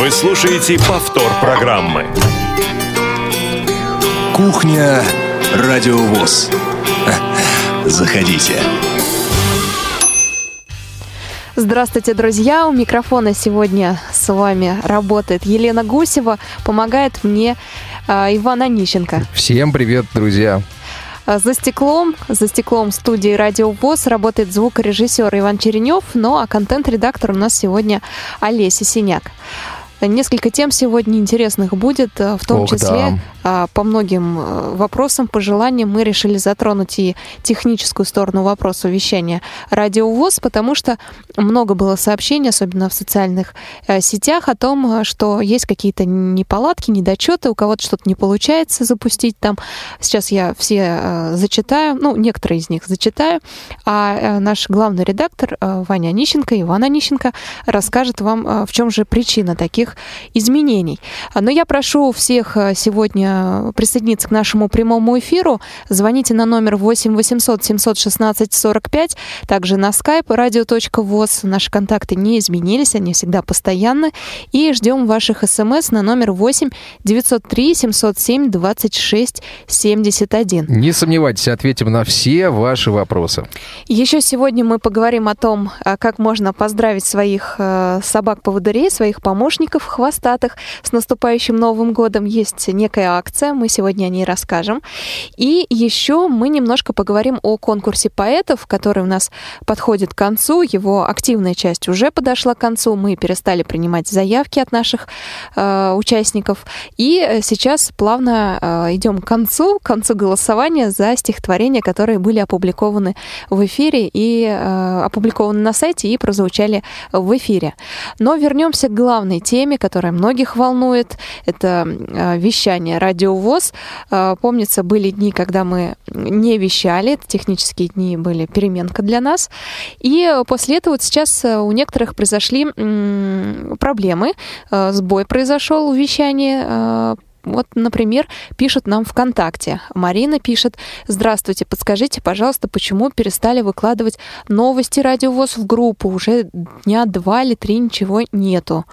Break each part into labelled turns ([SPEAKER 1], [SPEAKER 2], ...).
[SPEAKER 1] Вы слушаете повтор программы.
[SPEAKER 2] Кухня Радио ВОС. Заходите.
[SPEAKER 3] Здравствуйте, друзья! У микрофона сегодня с вами работает Елена Гусева. Помогает мне Иван Онищенко.
[SPEAKER 4] Всем привет, друзья!
[SPEAKER 3] За стеклом студии Радио ВОС работает звукорежиссер Иван Черенев, ну а контент-редактор у нас сегодня Олеся Синяк. Несколько тем сегодня интересных будет, в том числе по многим вопросам, пожеланиям мы решили затронуть и техническую сторону вопроса вещания Радио ВОС, потому что много было сообщений, особенно в социальных сетях, о том, что есть какие-то неполадки, недочеты, у кого-то что-то не получается запустить там. Сейчас я все зачитаю, некоторые из них зачитаю, а наш главный редактор Ваня Онищенко, Иван Онищенко, расскажет вам, в чем же причина таких изменений. Но я прошу всех сегодня присоединиться к нашему прямому эфиру. Звоните на номер 8 800 716 45, также на skype radio.voz. Наши контакты не изменились, они всегда постоянны. И ждем ваших смс на номер 8 903 707 26 71.
[SPEAKER 4] Не сомневайтесь, ответим на все ваши вопросы.
[SPEAKER 3] Еще сегодня мы поговорим о том, как можно поздравить своих собак-поводырей, своих помощников хвостатых с наступающим Новым годом. Есть некая акция, мы сегодня о ней расскажем. И еще мы немножко поговорим о конкурсе поэтов, который у нас подходит к концу. Его активная часть уже подошла к концу. Мы перестали принимать заявки от наших участников. И сейчас плавно идем к концу голосования за стихотворения, которые были опубликованы в эфире и опубликованы на сайте и прозвучали в эфире. Но вернемся к главной теме, которая многих волнует. Это вещание Радио ВОС. Помнится, были дни, когда мы не вещали. Это технические дни были переменка для нас. И после этого вот сейчас у некоторых произошли проблемы. Сбой произошел в вещании. Вот, например, пишут нам ВКонтакте. Марина пишет: «Здравствуйте, подскажите, пожалуйста, почему перестали выкладывать новости Радио ВОС в группу? Уже дня 2 или 3 ничего нету».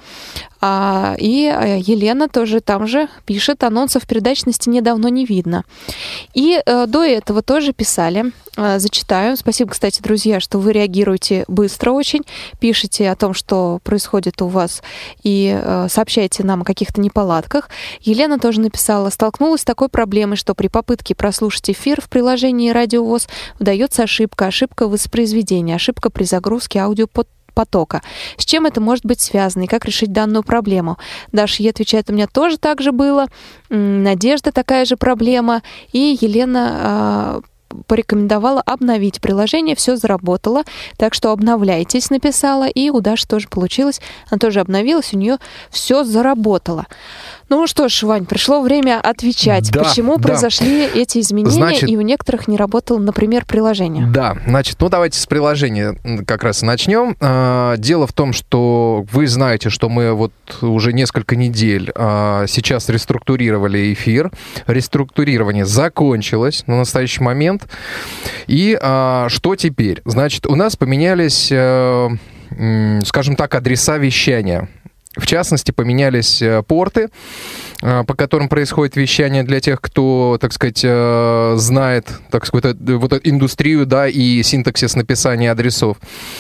[SPEAKER 3] И Елена тоже там же пишет: «Анонсов передач на стене давно не видно». И до этого тоже писали. Зачитаю. Спасибо, кстати, друзья, что вы реагируете быстро очень, пишите о том, что происходит у вас, и сообщаете нам о каких-то неполадках. Елена тоже написала: «Столкнулась с такой проблемой, что при попытке прослушать эфир в приложении Радио ВОС выдается ошибка воспроизведения, ошибка при загрузке аудиопотока. С чем это может быть связано и как решить данную проблему?» Даша ей отвечает: «У меня тоже так же было». Надежда: «Такая же проблема». И Елена порекомендовала обновить приложение, все заработало, так что обновляйтесь, написала, и у Даши тоже получилось, она тоже обновилась, у нее все заработало. Ну что ж, Вань, пришло время отвечать, почему произошли эти изменения, и у некоторых не работало, например, приложение.
[SPEAKER 4] Да, давайте с приложения как раз и начнем. Дело в том, что вы знаете, что мы вот уже несколько недель сейчас реструктурировали эфир. Реструктурирование закончилось на настоящий момент. И что теперь? Значит, у нас поменялись, скажем так, адреса вещания. В частности, поменялись порты, по которым происходит вещание для тех, кто, так сказать, знает, так сказать, вот эту индустрию, да, и синтаксис написания адресов.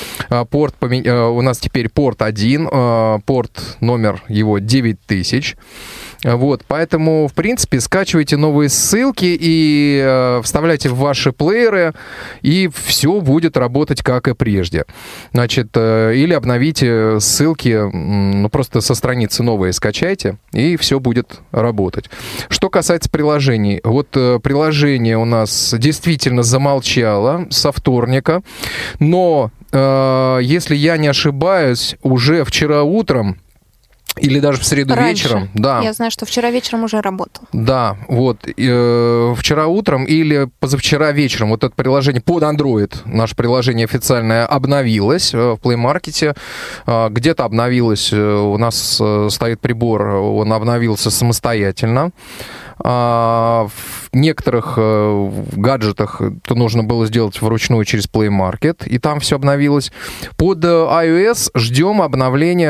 [SPEAKER 4] У нас теперь порт 1, порт номер его 9000. Вот, поэтому, в принципе, скачивайте новые ссылки и вставляйте в ваши плееры, и все будет работать как и прежде. Значит, или обновите ссылки, просто со страницы новые скачайте, и все будет работать. Что касается приложений, вот приложение у нас действительно замолчало со вторника, но, если я не ошибаюсь, уже вчера утром или даже в среду вечером. Да.
[SPEAKER 3] Я знаю, что вчера вечером уже работал.
[SPEAKER 4] Да, вот. Вчера утром или позавчера вечером вот это приложение под Android, наше приложение официальное, обновилось в Play Market. Где-то обновилось, у нас стоит прибор, он обновился самостоятельно. В некоторых гаджетах это нужно было сделать вручную через Play Market, и там все обновилось. Под iOS ждем обновления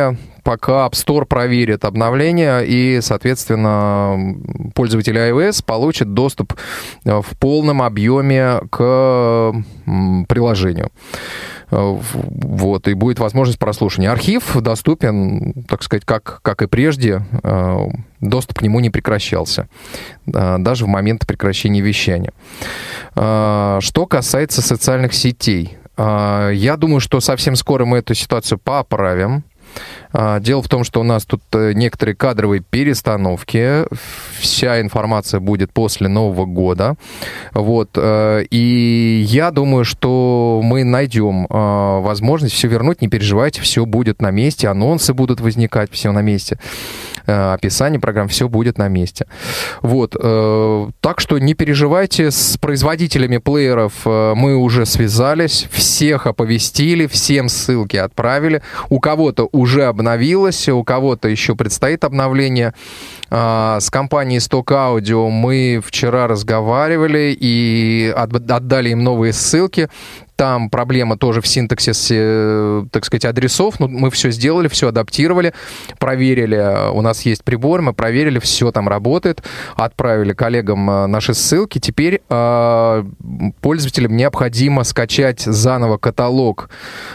[SPEAKER 4] пока App Store проверит обновление, и, соответственно, пользователи iOS получат доступ в полном объеме к приложению. Вот, и будет возможность прослушивания. Архив доступен, так сказать, как и прежде. Доступ к нему не прекращался, даже в момент прекращения вещания. Что касается социальных сетей, я думаю, что совсем скоро мы эту ситуацию поправим. Дело в том, что у нас тут некоторые кадровые перестановки. Вся информация будет после Нового года. Вот. И я думаю, что мы найдем возможность все вернуть. Не переживайте, все будет на месте. Анонсы будут возникать, все на месте. Описание программ, все будет на месте. Вот. Так что не переживайте. С производителями плееров мы уже связались. Всех оповестили, всем ссылки отправили. У кого-то уже обновилось, у кого-то еще предстоит обновление. С компанией Stock Audio мы вчера разговаривали и отдали им новые ссылки. Там проблема тоже в синтаксисе, так сказать, адресов. Но мы все сделали, все адаптировали, проверили. У нас есть прибор, мы проверили, все там работает. Отправили коллегам наши ссылки. Теперь пользователям необходимо скачать заново каталог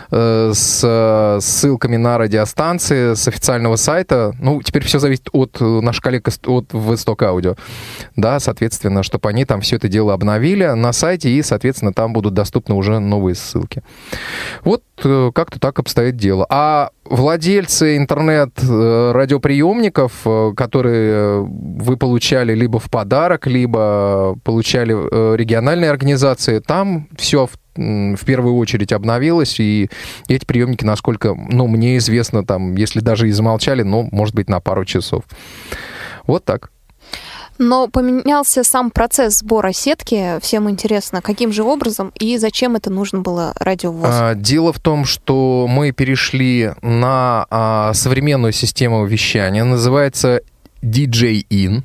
[SPEAKER 4] с ссылками на радиостанции с официального сайта. Ну, теперь все зависит от наших коллег от Stock Audio. Да, соответственно, чтобы они там все это дело обновили на сайте, и, соответственно, там будут доступны уже новые ссылки. Вот как-то так обстоит дело. А владельцы интернет-радиоприемников, которые вы получали либо в подарок, либо получали региональные организации, там все в первую очередь обновилось, и эти приемники, насколько, мне известно, там, если даже и замолчали, может быть, на пару часов. Вот так.
[SPEAKER 3] Но поменялся сам процесс сбора сетки. Всем интересно, каким же образом и зачем это нужно было Радио ВОС?
[SPEAKER 4] Дело в том, что мы перешли на современную систему вещания. Называется DJ-In.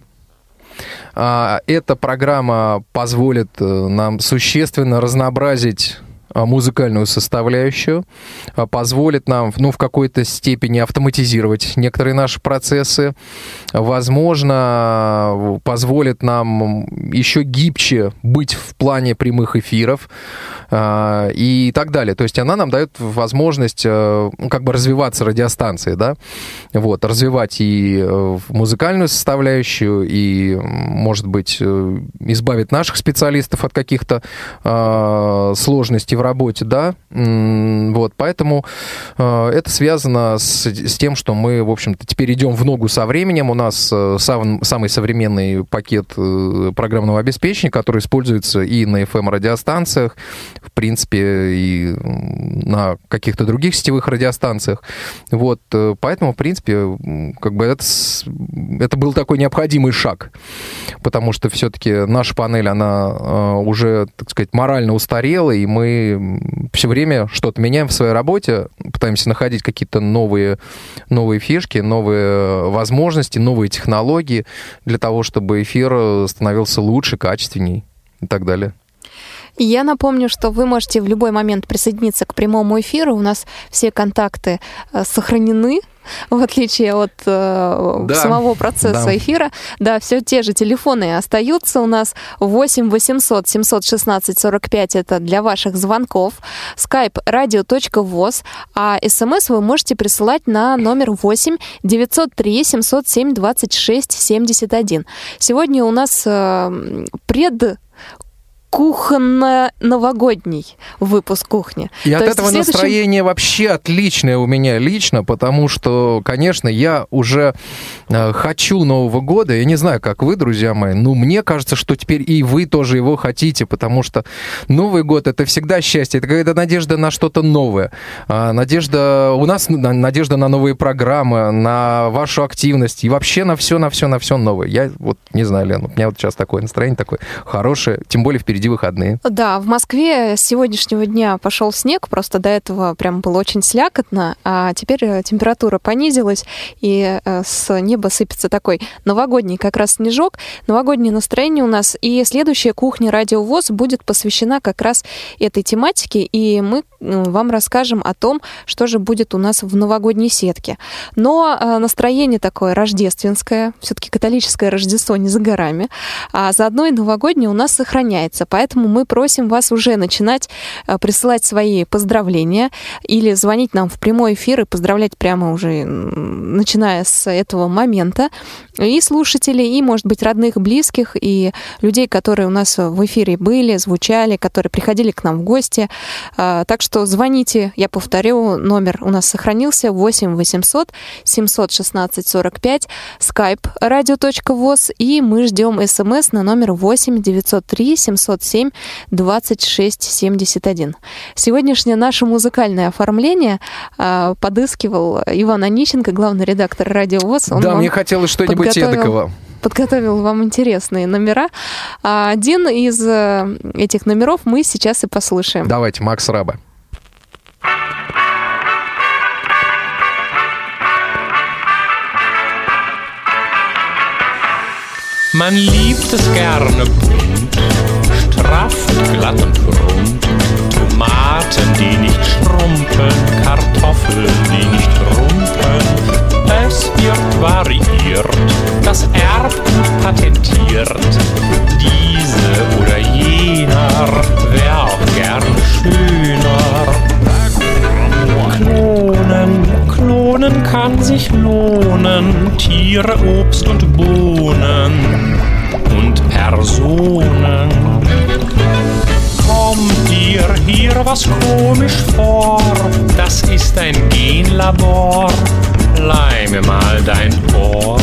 [SPEAKER 4] Эта программа позволит нам существенно разнообразить музыкальную составляющую, позволит нам, в какой-то степени автоматизировать некоторые наши процессы, возможно, позволит нам еще гибче быть в плане прямых эфиров и так далее. То есть она нам дает возможность развиваться радиостанции, да, вот, развивать и музыкальную составляющую, и, может быть, избавить наших специалистов от каких-то сложностей в работе, да, вот, поэтому это связано с тем, что мы, в общем-то, теперь идем в ногу со временем. У нас самый современный пакет программного обеспечения, который используется и на FM-радиостанциях, в принципе, и на каких-то других сетевых радиостанциях, вот, поэтому, в принципе, это был такой необходимый шаг, потому что все-таки наша панель, она уже, так сказать, морально устарела, и мы все время что-то меняем в своей работе, пытаемся находить какие-то новые фишки, новые возможности, новые технологии для того, чтобы эфир становился лучше, качественней и так далее.
[SPEAKER 3] Я напомню, что вы можете в любой момент присоединиться к прямому эфиру. У нас все контакты сохранены, в отличие от самого процесса эфира. Да, все те же телефоны остаются у нас. 8 800 716 45 это для ваших звонков. Skype radio.voz, а смс вы можете присылать на номер 8 903 707 26 71. Сегодня у нас кухонно-новогодний выпуск «Кухни».
[SPEAKER 4] И от этого настроение вообще отличное у меня лично, потому что, конечно, я уже хочу Нового года. Я не знаю, как вы, друзья мои, но мне кажется, что теперь и вы тоже его хотите, потому что Новый год — это всегда счастье, это какая-то надежда на что-то новое. У нас надежда на новые программы, на вашу активность и вообще на все новое. Я вот не знаю, Лена, у меня вот сейчас такое настроение такое хорошее, тем более впереди впереди выходные.
[SPEAKER 3] Да, в Москве с сегодняшнего дня пошел снег, просто до этого прям было очень слякотно, а теперь температура понизилась, и с неба сыпется такой новогодний как раз снежок, новогоднее настроение у нас, и следующая кухня Радио ВОС будет посвящена как раз этой тематике, и мы вам расскажем о том, что же будет у нас в новогодней сетке. Но настроение такое рождественское, все-таки католическое Рождество не за горами, а заодно и новогоднее у нас сохраняется. Поэтому мы просим вас уже начинать присылать свои поздравления или звонить нам в прямой эфир и поздравлять прямо уже начиная с этого момента. И слушателей, и, может быть, родных, близких, и людей, которые у нас в эфире были, звучали, которые приходили к нам в гости. Так что звоните, я повторю, номер у нас сохранился 8 800 716 45, skype radio.voz, и мы ждем смс на номер 8 903 707 26 71. Сегодняшнее наше музыкальное оформление подыскивал Иван Онищенко, главный редактор Радио ВОС.
[SPEAKER 4] Да, мне хотелось что-нибудь эдакого.
[SPEAKER 3] Подготовил вам интересные номера. Один из этих номеров мы сейчас и послушаем.
[SPEAKER 4] Давайте, Макс Раба.
[SPEAKER 5] Man liebt es gerne bunt, straff und glatt und rund. Tomaten, die nicht schrumpeln, Kartoffeln, die nicht rumpeln. Es wird variiert, das Erbgut patentiert. Diese oder jener wär auch gern schöner. Klonen kann sich lohnen, Tiere, Obst und Bohnen und Personen. Kommt dir hier was komisch vor? Das ist ein Genlabor, leih mir mal dein Ohr.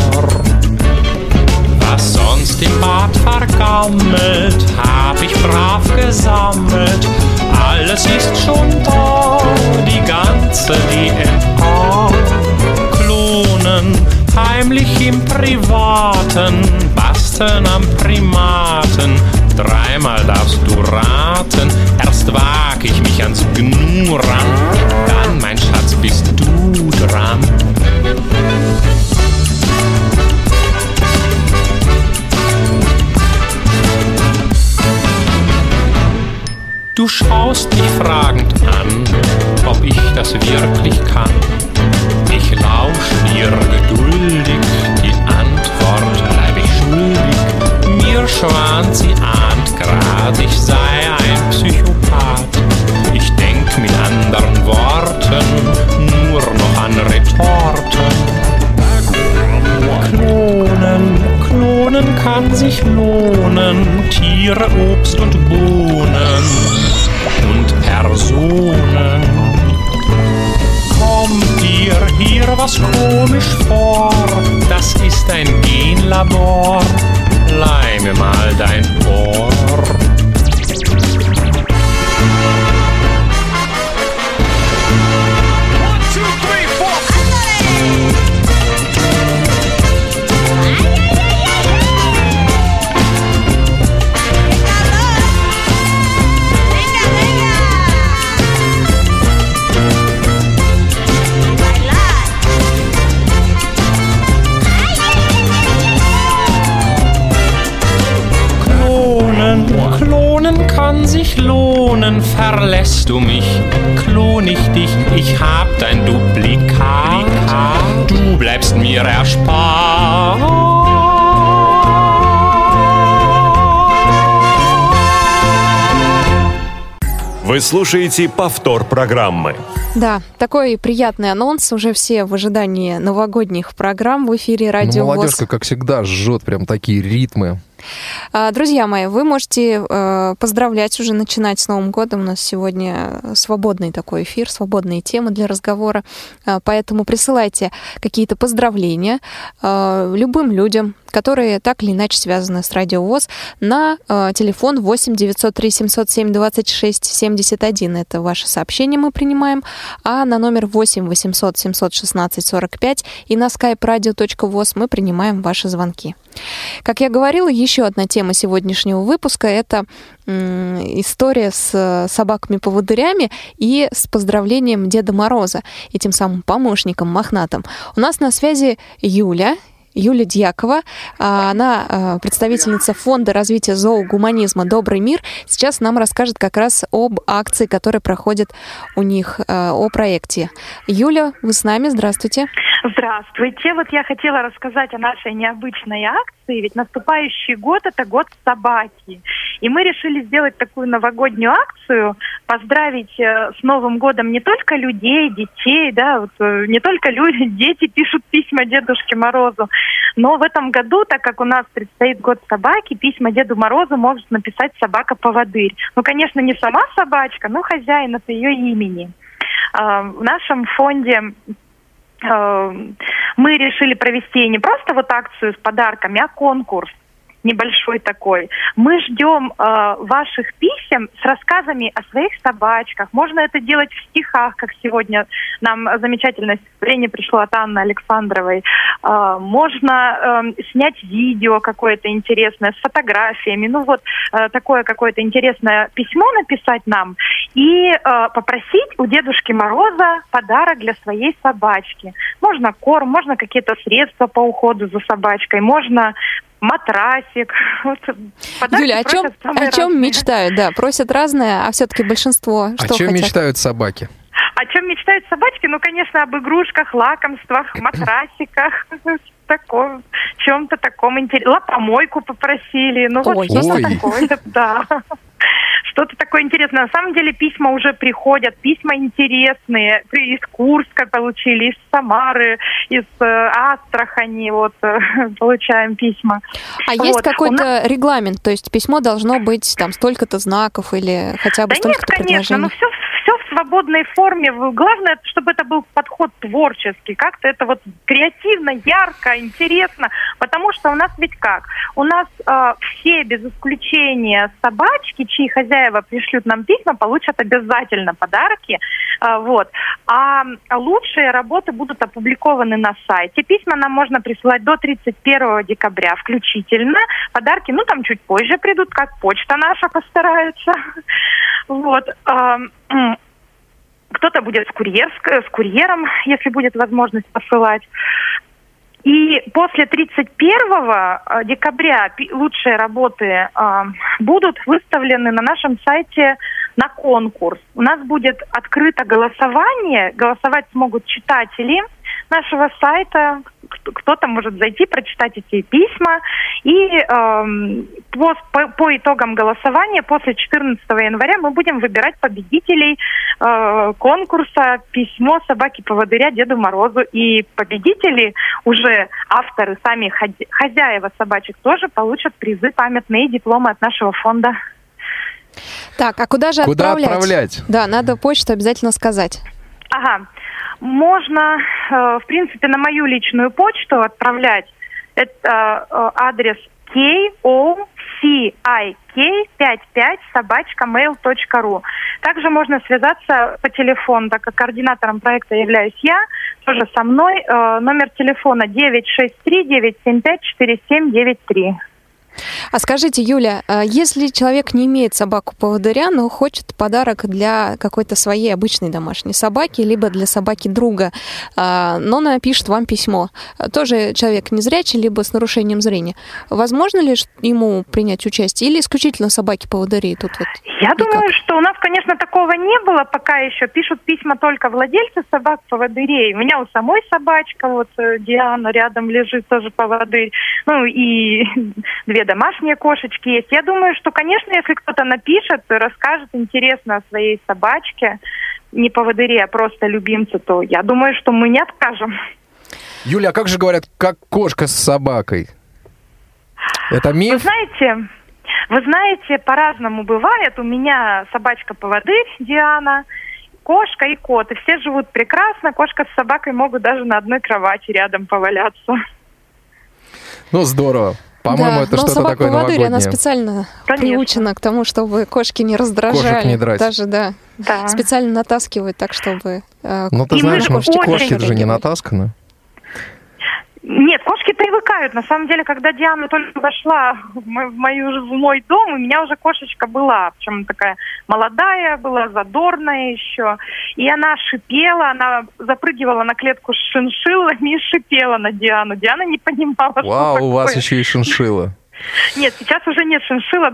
[SPEAKER 5] Was sonst im Bad vergammelt, hab ich brav gesammelt. Alles ist schon da, die ganze DNA. Klonen, heimlich im Privaten, basteln am Primaten. Dreimal darfst du raten, erst wag ich mich ans Gnu ran, dann, mein Schatz, bist du dran. Du schaust mich fragend an, ob ich das wirklich kann. Ich lausch dir geduldig, die Antwort bleib ich schuldig. Mir schwant, sie ahnt grad, ich sei ein Psychopath. Ich denk mit anderen Worten nur noch an Retorten. Klonen kann sich lohnen, Tiere, Obst und Bohnen und Personen. Kommt dir hier was komisch vor? Das ist ein Genlabor, leih mir mal dein Ohr. Klonen kann sich lohnen, verlässt du mich, klon ich dich, ich hab dein Duplikat, du bleibst mir erspart.
[SPEAKER 1] Вы слушаете повтор программы.
[SPEAKER 3] Да, такой приятный анонс. Уже все в ожидании новогодних программ в эфире Радио ВОС.
[SPEAKER 4] Молодежка, как всегда, жжет прям такие ритмы.
[SPEAKER 3] Друзья мои, вы можете поздравлять, уже начинать с Новым годом. У нас сегодня свободный такой эфир, свободные темы для разговора. Поэтому присылайте какие-то поздравления любым людям, которые так или иначе связаны с Радио ВОС, на телефон 8 903 707 26 71. Это ваше сообщение мы принимаем. А на номер 8 800 716 45 и на skype radio.voz мы принимаем ваши звонки. Как я говорила, еще одна тема сегодняшнего выпуска – это история с собаками-поводырями и с поздравлением Деда Мороза, этим самым помощником мохнатым. У нас на связи Юля Дьякова. Она представительница Фонда развития зоогуманизма «Добрый мир». Сейчас нам расскажет как раз об акции, которая проходит у них, о проекте. Юля, вы с нами? Здравствуйте.
[SPEAKER 6] Здравствуйте. Вот я хотела рассказать о нашей необычной акции, ведь наступающий год – это год собаки. И мы решили сделать такую новогоднюю акцию, поздравить с Новым годом не только людей, детей, да, вот, не только люди, дети пишут письма Дедушке Морозу, но в этом году, так как у нас предстоит год собаки, письма Деду Морозу может написать собака-поводырь. Ну, конечно, не сама собачка, но хозяин от ее имени. В нашем фонде мы решили провести не просто вот акцию с подарками, а конкурс небольшой такой. Мы ждем ваших писем с рассказами о своих собачках. Можно это делать в стихах, как сегодня нам замечательное стихотворение пришло от Анны Александровой. Можно снять видео какое-то интересное с фотографиями. Ну вот такое какое-то интересное письмо написать нам и попросить у Дедушки Мороза подарок для своей собачки. Можно корм, можно какие-то средства по уходу за собачкой, можно матрасик. Вот,
[SPEAKER 3] Юля, о чем мечтают? Да, просят разное, а все-таки большинство что
[SPEAKER 4] хотят? О чем
[SPEAKER 3] хотят?
[SPEAKER 4] Мечтают собаки?
[SPEAKER 6] О чем мечтают собачки? Ну, конечно, об игрушках, лакомствах, матрасиках, таком, чем-то таком интересном. Лапомойку попросили. Ну, вот что-то такое, да. Что-то такое интересное. На самом деле письма уже приходят, письма интересные. Из Курска получили, из Самары, из Астрахани вот получаем письма.
[SPEAKER 3] А вот. Есть какой-то регламент? То есть письмо должно быть там столько-то знаков или хотя бы столько-то предложений?
[SPEAKER 6] Да нет, конечно, но все в свободной форме. Главное, чтобы это был подход творческий. Как-то это вот креативно, ярко, интересно. Потому что у нас ведь как? У нас все, без исключения собачки, чьи хозяева пришлют нам письма, получат обязательно подарки. Вот. А лучшие работы будут опубликованы на сайте. Письма нам можно присылать до 31 декабря включительно. Подарки, ну, там чуть позже придут, как почта наша постарается. Вот. Кто-то будет с курьером, если будет возможность посылать. И после 31 декабря лучшие работы будут выставлены на нашем сайте на конкурс. У нас будет открыто голосование. Голосовать смогут читатели нашего сайта. Кто-то может зайти, прочитать эти письма. И по итогам голосования после 14 января мы будем выбирать победителей конкурса «Письмо собаки-поводыря Деду Морозу». И победители, уже авторы, сами хозяева собачек, тоже получат призы памятные и дипломы от нашего фонда.
[SPEAKER 3] Так, а куда же
[SPEAKER 4] отправлять?
[SPEAKER 3] Да, надо почту обязательно сказать.
[SPEAKER 6] Ага. Можно, в принципе, на мою личную почту отправлять. Это адрес kocik55@mail.ru. Также можно связаться по телефону, так как координатором проекта являюсь я, тоже со мной. Номер телефона 963-975-4793.
[SPEAKER 3] А скажите, Юля, если человек не имеет собаку-поводыря, но хочет подарок для какой-то своей обычной домашней собаки, либо для собаки друга, но напишет вам письмо, тоже человек незрячий, либо с нарушением зрения, возможно ли ему принять участие или исключительно собаки-поводыри тут вот?
[SPEAKER 6] Я думаю, что у нас, конечно, такого не было пока еще. Пишут письма только владельцы собак-поводырей. У меня у самой собачка, вот Диана рядом лежит, тоже поводырь. Ну и 2 домашние кошечки есть. Я думаю, что, конечно, если кто-то напишет, расскажет интересно о своей собачке, не поводыре, а просто любимце, то я думаю, что мы не откажем.
[SPEAKER 4] Юля, а как же говорят, как кошка с собакой? Это миф?
[SPEAKER 6] Вы знаете, по-разному бывает. У меня собачка-поводырь Диана, кошка и кот. И все живут прекрасно. Кошка с собакой могут даже на одной кровати рядом поваляться.
[SPEAKER 4] Ну, здорово. По-моему, это что-то такое новогоднее.
[SPEAKER 3] Она специально приучена к тому, чтобы кошки не раздражали.
[SPEAKER 4] Кошек не драть.
[SPEAKER 3] Даже, да. Специально натаскивают так, чтобы...
[SPEAKER 4] Ну, ты знаешь, кошки же не натасканы.
[SPEAKER 6] Нет, кошки привыкают. На самом деле, когда Диана только зашла в мой дом, у меня уже кошечка была. Причем такая молодая была, задорная еще. И она шипела, она запрыгивала на клетку с шиншиллами и шипела на Диану. Диана не понимала, что такое.
[SPEAKER 4] Вау, у вас еще и шиншилла.
[SPEAKER 6] Нет, сейчас уже нет шиншилла,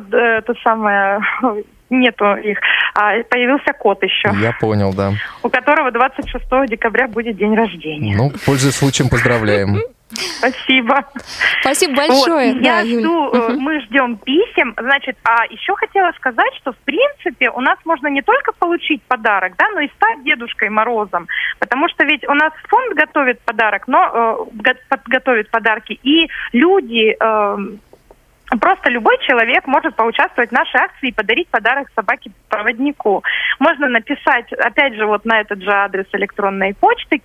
[SPEAKER 6] нету их. Появился кот еще.
[SPEAKER 4] Я понял, да.
[SPEAKER 6] У которого 26 декабря будет день рождения.
[SPEAKER 4] Ну, пользуясь случаем, поздравляем.
[SPEAKER 6] Спасибо.
[SPEAKER 3] Спасибо большое.
[SPEAKER 6] Вот, я жду, мы ждем писем. Значит, еще хотела сказать, что в принципе у нас можно не только получить подарок, да, но и стать Дедушкой Морозом. Потому что ведь у нас фонд готовит подарок, но готовит подарки, и люди... Просто любой человек может поучаствовать в нашей акции и подарить подарок собаке-проводнику. Можно написать, опять же, вот на этот же адрес электронной почты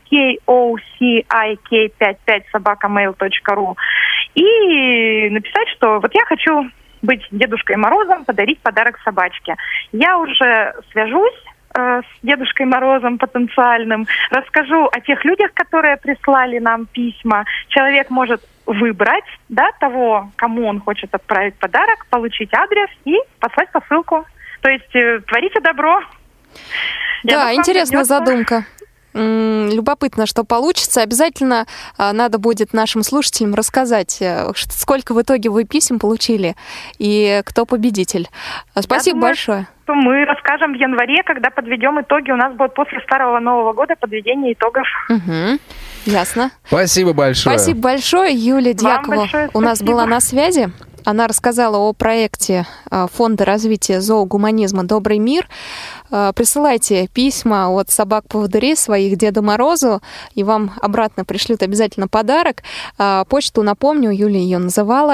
[SPEAKER 6] kocik55@mail.ru и написать, что вот я хочу быть Дедушкой Морозом, подарить подарок собачке. Я уже свяжусь с Дедушкой Морозом потенциальным, расскажу о тех людях, которые прислали нам письма. Человек может выбрать, да, того, кому он хочет отправить подарок, получить адрес и послать посылку. То есть творите добро.
[SPEAKER 3] Да, интересная задумка. Любопытно, что получится. Обязательно надо будет нашим слушателям рассказать, сколько в итоге вы писем получили и кто победитель. Спасибо большое.
[SPEAKER 6] Мы расскажем в январе, когда подведем итоги. У нас будет после Старого Нового года подведение итогов.
[SPEAKER 3] Ясно.
[SPEAKER 4] Спасибо большое.
[SPEAKER 3] Спасибо большое. Юлия Дьякова у нас была на связи. Она рассказала о проекте Фонда развития зоогуманизма «Добрый мир». Присылайте письма от собак-поводырей своих Деду Морозу, и вам обратно пришлют обязательно подарок. Почту, напомню, Юлия ее называла,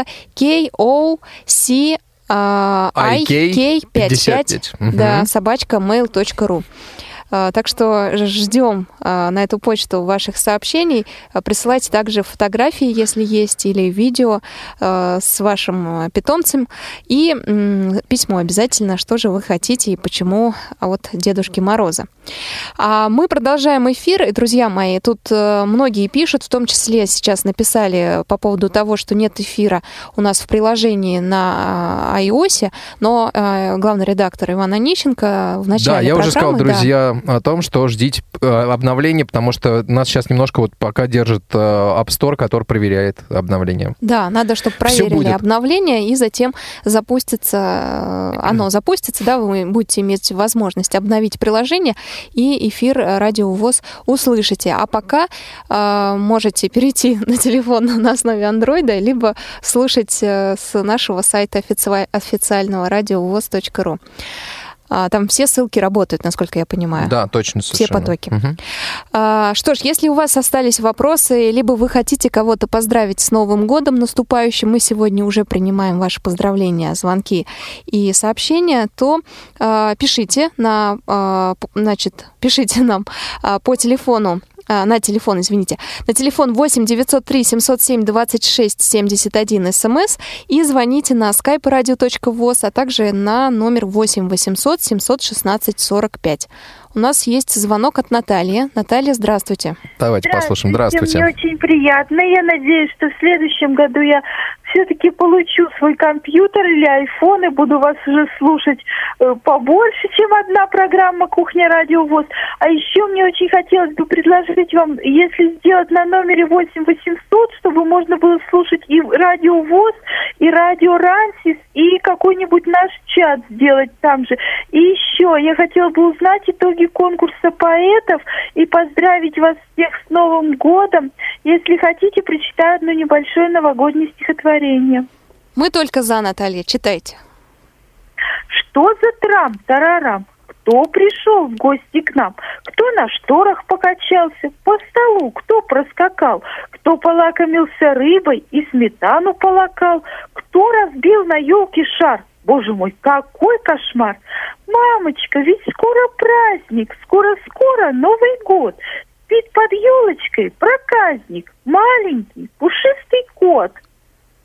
[SPEAKER 3] KOCIK55, да, @mail.ru. Так что ждем на эту почту ваших сообщений. Присылайте также фотографии, если есть, или видео с вашим питомцем. И письмо обязательно, что же вы хотите и почему от Дедушки Мороза. А мы продолжаем эфир. И, друзья мои, тут многие пишут, в том числе сейчас написали по поводу того, что нет эфира у нас в приложении на iOS, но главный редактор Иван Онищенко в начале программы...
[SPEAKER 4] Да, я уже сказал, друзья, о том, что ждите обновления, потому что нас сейчас немножко вот пока держит App Store, который проверяет обновления.
[SPEAKER 3] Да, надо, чтобы проверили обновления, и затем запустится, оно запустится, да, вы будете иметь возможность обновить приложение, и эфир Радио ВОС услышите. А пока можете перейти на телефон на основе Андроида, либо слушать с нашего сайта официального радиовос.ру. Там все ссылки работают, насколько я понимаю.
[SPEAKER 4] Да, точно, совершенно.
[SPEAKER 3] Все потоки. Что ж, если у вас остались вопросы, либо вы хотите кого-то поздравить с Новым годом наступающим, мы сегодня уже принимаем ваши поздравления, звонки и сообщения, то пишите нам по телефону, на телефон 8 903 707 26 71 СМС и звоните на skype radio.voz, а также на номер 8 800 716 45. У нас есть звонок от Натальи. Наталья, здравствуйте.
[SPEAKER 4] Давайте послушаем. Здравствуйте.
[SPEAKER 7] Мне очень приятно. Я надеюсь, что в следующем году я все-таки получу свой компьютер или айфон и буду вас уже слушать побольше, чем одна программа «Кухня Радио ВОС». А еще мне очень хотелось бы предложить вам, если сделать на номере 8 800, чтобы можно было слушать и Радио ВОС, и Радио Рансис, и какой-нибудь наш чат сделать там же. И еще я хотела бы узнать итоги конкурса поэтов и поздравить вас всех с Новым годом. Если хотите, прочитаю одно небольшое новогоднее стихотворение.
[SPEAKER 3] Мы только за, Наталья. Читайте.
[SPEAKER 7] Что за трам-тарарам? Кто пришел в гости к нам? Кто на шторах покачался? По столу кто проскакал? Кто полакомился рыбой и сметану полакал? Кто разбил на елке шар? Боже мой, какой кошмар! Мамочка, ведь скоро праздник, скоро-скоро Новый год. Спит под елочкой проказник, маленький пушистый кот.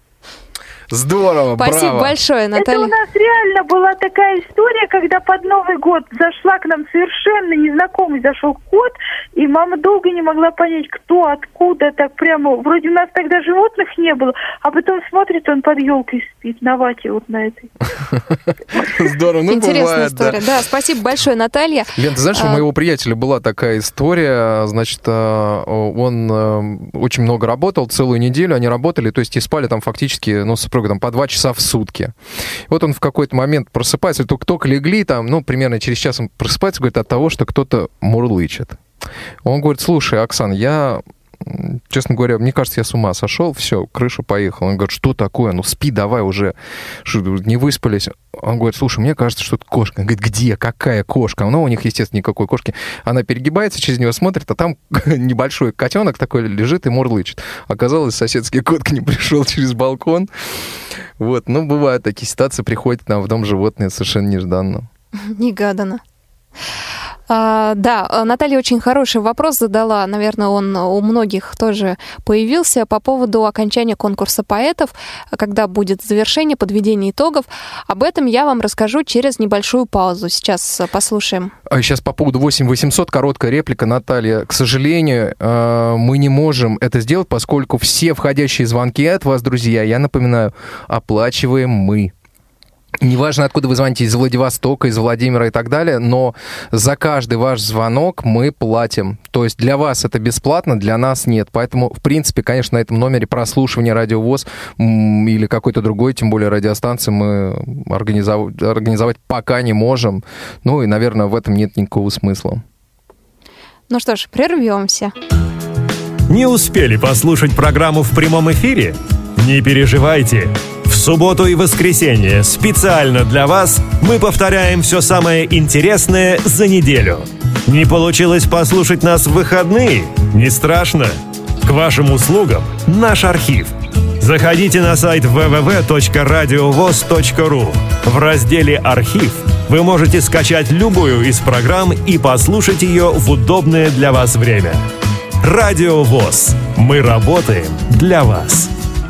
[SPEAKER 4] Здорово,
[SPEAKER 3] Спасибо
[SPEAKER 4] браво.
[SPEAKER 3] большое,
[SPEAKER 7] Это
[SPEAKER 3] Наталья.
[SPEAKER 7] у нас реально была такая история, когда под Новый год зашла к нам совершенно незнакомый зашел кот, и мама долго не могла понять, кто, откуда, так прямо, вроде у нас тогда животных не было, а потом смотрит, он под елкой спит, на вате вот на этой.
[SPEAKER 4] Здорово, ну
[SPEAKER 3] Интересная
[SPEAKER 4] бывает, да.
[SPEAKER 3] история. Да, спасибо большое, Наталья.
[SPEAKER 4] Лен, ты знаешь, у моего приятеля была такая история, значит, он очень много работал, целую неделю они работали, то есть и спали там фактически, ну, с супругой там по 2 часа в сутки. Вот он в какой-то момент просыпается, только легли там, ну, примерно через час он просыпается, говорит, от того, что кто-то мурлычет. Он говорит, слушай, Оксан, я... Честно говоря, мне кажется, я с ума сошел, все, крыша поехала. Он говорит, что такое? Ну спи давай уже, не выспались. Он говорит, слушай, мне кажется, что это кошка. Он говорит, где? Какая кошка? Ну, у них, естественно, никакой кошки. Она перегибается, через нее смотрит, а там небольшой котенок такой лежит и мурлычет. Оказалось, соседский кот к ним пришел через балкон. Вот, ну, бывают такие ситуации, приходят нам в дом животные совершенно нежданно.
[SPEAKER 3] Негаданно. Да, Наталья очень хороший вопрос задала. Наверное, он у многих тоже появился по поводу окончания конкурса поэтов, когда будет завершение, подведение итогов. Об этом я вам расскажу через небольшую паузу. Сейчас послушаем.
[SPEAKER 4] Сейчас по поводу 8800 короткая реплика, Наталья. К сожалению, мы не можем это сделать, поскольку все входящие звонки от вас, друзья, я напоминаю, оплачиваем мы. Неважно, откуда вы звоните, из Владивостока, из Владимира и так далее, но за каждый ваш звонок мы платим. То есть для вас это бесплатно, для нас нет. Поэтому, в принципе, конечно, на этом номере прослушивания Радио ВОС или какой-то другой, тем более радиостанции, мы организовать пока не можем. Ну и, наверное, в этом нет никакого смысла.
[SPEAKER 3] Ну что ж, прервемся.
[SPEAKER 1] Не успели послушать программу в прямом эфире? Не переживайте. В субботу и воскресенье специально для вас мы повторяем все самое интересное за неделю. Не получилось послушать нас в выходные? Не страшно. К вашим услугам наш архив. Заходите на сайт www.radiovoz.ru. В разделе «Архив» вы можете скачать любую из программ и послушать ее в удобное для вас время. Радио ВОС. Мы работаем для вас.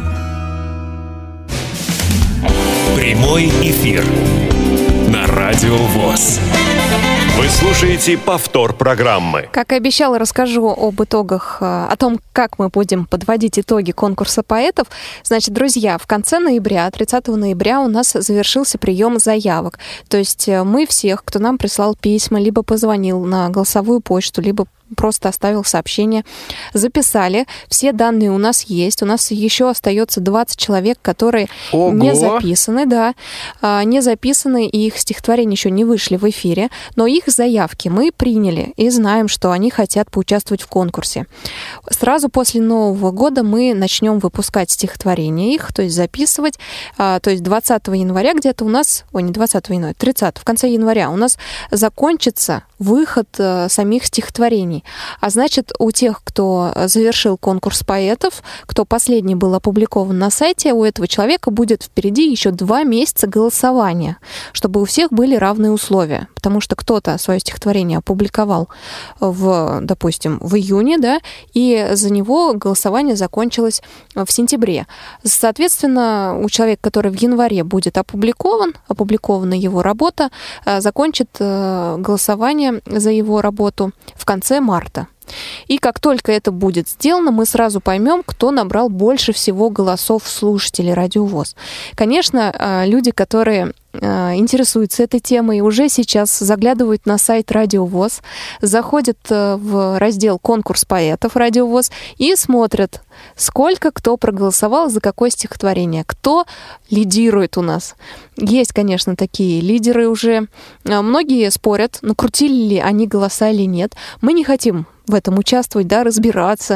[SPEAKER 2] Прямой эфир на Радио ВОС.
[SPEAKER 1] Вы слушаете повтор программы.
[SPEAKER 3] Как и обещала, расскажу об итогах, о том, как мы будем подводить итоги конкурса поэтов. Значит, друзья, в конце ноября, 30 ноября у нас завершился прием заявок. То есть мы всех, кто нам прислал письма, либо позвонил на голосовую почту, либо просто оставил сообщение, записали. Все данные у нас есть. У нас еще остается 20 человек, которые не записаны, да, не записаны, и их стихотворения еще не вышли в эфире, но их заявки мы приняли и знаем, что они хотят поучаствовать в конкурсе. Сразу после Нового года мы начнем выпускать стихотворения их, то есть записывать. То есть 20 января где-то у нас, не 20 января, 30, в конце января у нас закончится выход самих стихотворений. А значит, у тех, кто завершил конкурс поэтов, кто последний был опубликован на сайте, у этого человека будет впереди еще 2 месяца голосования, чтобы у всех были равные условия. Потому что кто-то свое стихотворение опубликовал допустим, в июне, да, и за него голосование закончилось в сентябре. Соответственно, у человека, который в январе будет опубликована его работа, закончит голосование за его работу в конце марта. И как только это будет сделано, мы сразу поймем, кто набрал больше всего голосов слушателей Радио ВОС. Конечно, люди, которые интересуются этой темой, уже сейчас заглядывают на сайт Радио ВОС, заходят в раздел «Конкурс поэтов» Радио ВОС и смотрят, сколько кто проголосовал за какое стихотворение, кто лидирует у нас. Есть, конечно, такие лидеры уже. Многие спорят, накрутили ли они голоса или нет. Мы не хотим в этом участвовать, да, разбираться.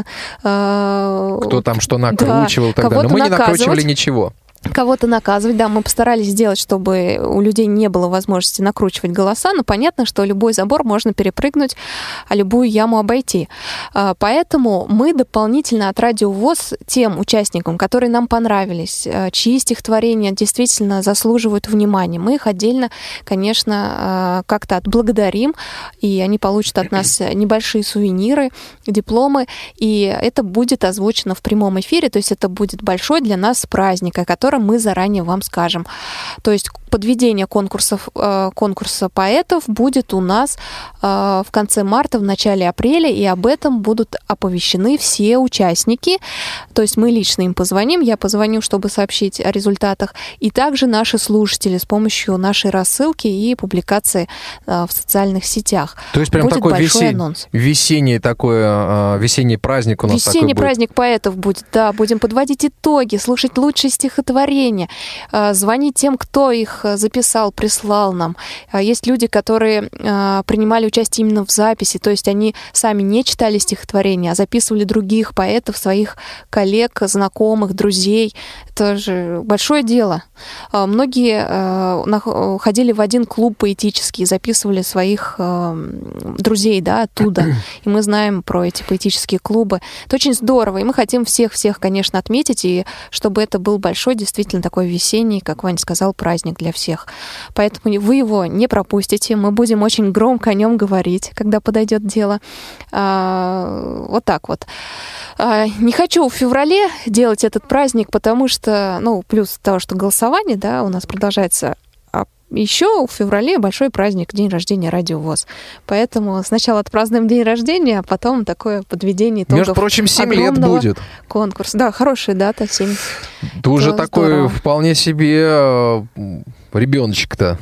[SPEAKER 4] Кто там что накручивал, да, и так далее. Но мы не накручивали ничего.
[SPEAKER 3] Кого-то наказывать, да, мы постарались сделать, чтобы у людей не было возможности накручивать голоса, но понятно, что любой забор можно перепрыгнуть, а любую яму обойти. Поэтому мы дополнительно от Радио ВОС тем участникам, которые нам понравились, чьи стихотворения действительно заслуживают внимания, мы их отдельно, конечно, как-то отблагодарим, и они получат от нас небольшие сувениры, дипломы, и это будет озвучено в прямом эфире, то есть это будет большой для нас праздник, о котором режиссера мы заранее вам скажем. То есть подведение конкурса поэтов будет у нас в конце марта, в начале апреля, и об этом будут оповещены все участники. То есть мы лично им позвоним, я позвоню, чтобы сообщить о результатах, и также наши слушатели с помощью нашей рассылки и публикации в социальных сетях.
[SPEAKER 4] То есть прям
[SPEAKER 3] будет
[SPEAKER 4] такой весенний праздник у нас такой будет.
[SPEAKER 3] Весенний праздник поэтов будет, да. Будем подводить итоги, слушать лучшие стихотворения, звонить тем, кто их записал, прислал нам. Есть люди, которые принимали участие именно в записи, то есть они сами не читали стихотворения, а записывали других поэтов, своих коллег, знакомых, друзей. Это же большое дело. Многие ходили в один клуб поэтический, записывали своих друзей, да, оттуда. И мы знаем про эти поэтические клубы. Это очень здорово. И мы хотим всех, конечно, отметить, и чтобы это был большой, действительно такой весенний, как Ваня сказал, праздник для всех. Поэтому вы его не пропустите. Мы будем очень громко о нем говорить, когда подойдет дело. Вот так вот. Не хочу в феврале делать этот праздник, потому что, плюс того, что голосование, да, у нас продолжается. Еще в феврале большой праздник, день рождения Радио ВОС. Поэтому сначала отпразднуем день рождения, а потом такое подведение итогов.
[SPEAKER 4] Между прочим, 7 лет будет.
[SPEAKER 3] Конкурс. Да, хорошая дата, 7.
[SPEAKER 4] Ты уже такой здорово. Вполне себе ребеночек-то.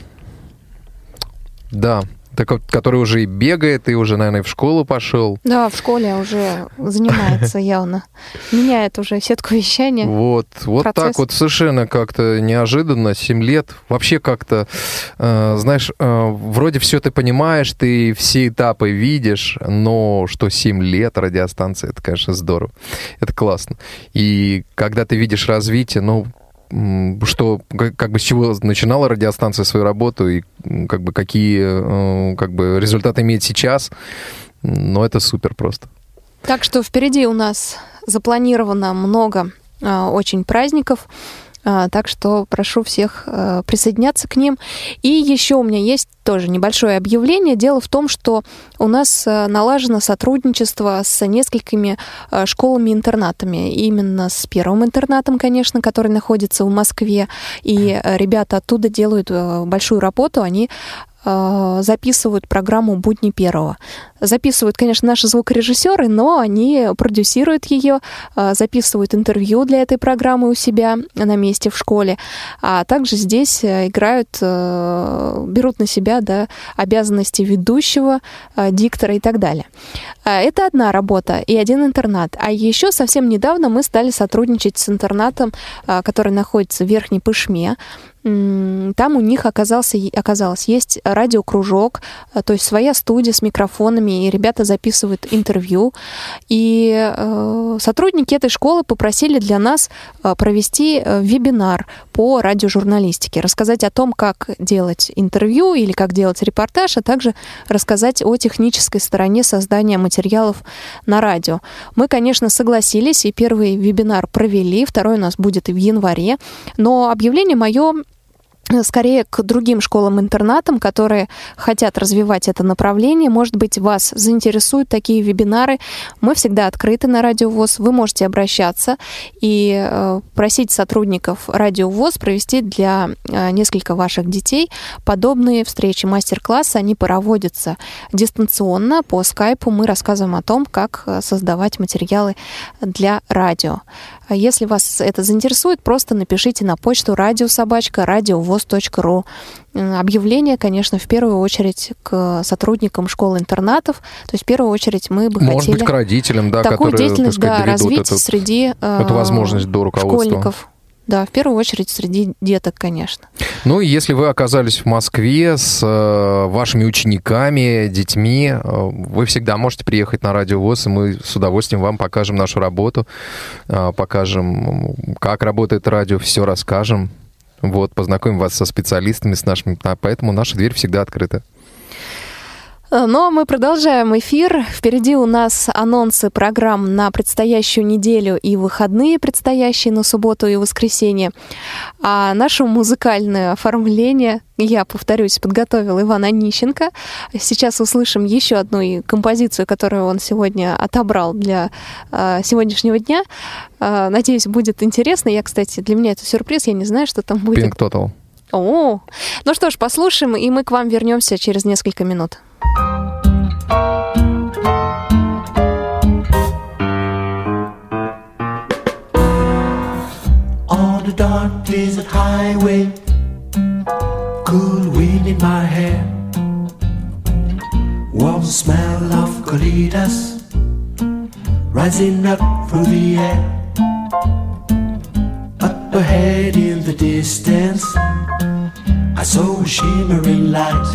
[SPEAKER 4] Да. Который уже и бегает, и уже, наверное, в школу пошел.
[SPEAKER 3] Да, в школе уже занимается явно. Меняет уже сетку вещания.
[SPEAKER 4] Вот так вот совершенно как-то неожиданно, 7 лет. Вообще как-то, знаешь, вроде все ты понимаешь, ты все этапы видишь, но что 7 лет радиостанции, это, конечно, здорово. Это классно. И когда ты видишь развитие, что, как бы, с чего начинала радиостанция свою работу и как бы какие как бы результаты имеет сейчас, это супер просто.
[SPEAKER 3] Так что впереди у нас запланировано много очень праздников, так что прошу всех присоединяться к ним. И еще у меня есть тоже небольшое объявление. Дело в том, что у нас налажено сотрудничество с несколькими школами-интернатами. Именно с первым интернатом, конечно, который находится в Москве. И ребята оттуда делают большую работу. Они записывают программу «Будни первого». Записывают, конечно, наши звукорежиссеры, но они продюсируют ее, записывают интервью для этой программы у себя на месте в школе, а также здесь играют, берут на себя, да, обязанности ведущего, диктора и так далее. Это одна работа и один интернат. А еще совсем недавно мы стали сотрудничать с интернатом, который находится в Верхней Пышме. Там у них оказалось, есть радиокружок, то есть своя студия с микрофонами, и ребята записывают интервью. И сотрудники этой школы попросили для нас провести вебинар по радиожурналистике, рассказать о том, как делать интервью или как делать репортаж, а также рассказать о технической стороне создания материалов на радио. Мы, конечно, согласились, и первый вебинар провели, второй у нас будет и в январе, но объявление мое скорее к другим школам-интернатам, которые хотят развивать это направление. Может быть, вас заинтересуют такие вебинары. Мы всегда открыты на Радио ВОС. Вы можете обращаться и просить сотрудников Радио ВОС провести для нескольких ваших детей подобные встречи, мастер-классы. Они проводятся дистанционно по скайпу. Мы рассказываем о том, как создавать материалы для радио. Если вас это заинтересует, просто напишите на почту radio@radiovoz.ru. Объявление, конечно, в первую очередь к сотрудникам школ-интернатов. То есть в первую очередь мы бы
[SPEAKER 4] хотели...
[SPEAKER 3] Может быть,
[SPEAKER 4] к родителям, да,
[SPEAKER 3] такую
[SPEAKER 4] которые,
[SPEAKER 3] деятельность,
[SPEAKER 4] так сказать,
[SPEAKER 3] развить среди
[SPEAKER 4] эту возможность до руководства.
[SPEAKER 3] Школьников. Да, в первую очередь среди деток, конечно.
[SPEAKER 4] Ну, и если вы оказались в Москве с вашими учениками, детьми, вы всегда можете приехать на Радио ВОС, и мы с удовольствием вам покажем нашу работу, покажем, как работает радио, все расскажем. Вот, познакомим вас со специалистами, с нашими, поэтому наша дверь всегда открыта.
[SPEAKER 3] Ну, а мы продолжаем эфир. Впереди у нас анонсы программ на предстоящую неделю и выходные предстоящие на субботу и воскресенье. А наше музыкальное оформление, я повторюсь, подготовил Иван Онищенко. Сейчас услышим еще одну композицию, которую он сегодня отобрал для сегодняшнего дня. Надеюсь, будет интересно. Я, кстати, для меня это сюрприз, я не знаю, что там будет.
[SPEAKER 4] Pink Total.
[SPEAKER 3] О, ну что ж, послушаем, и мы к вам вернемся через несколько минут.
[SPEAKER 8] On the dark desert highway, cool wind in my hair, warm smell of colitas rising up through the air. Up ahead in the distance, I saw a shimmering light.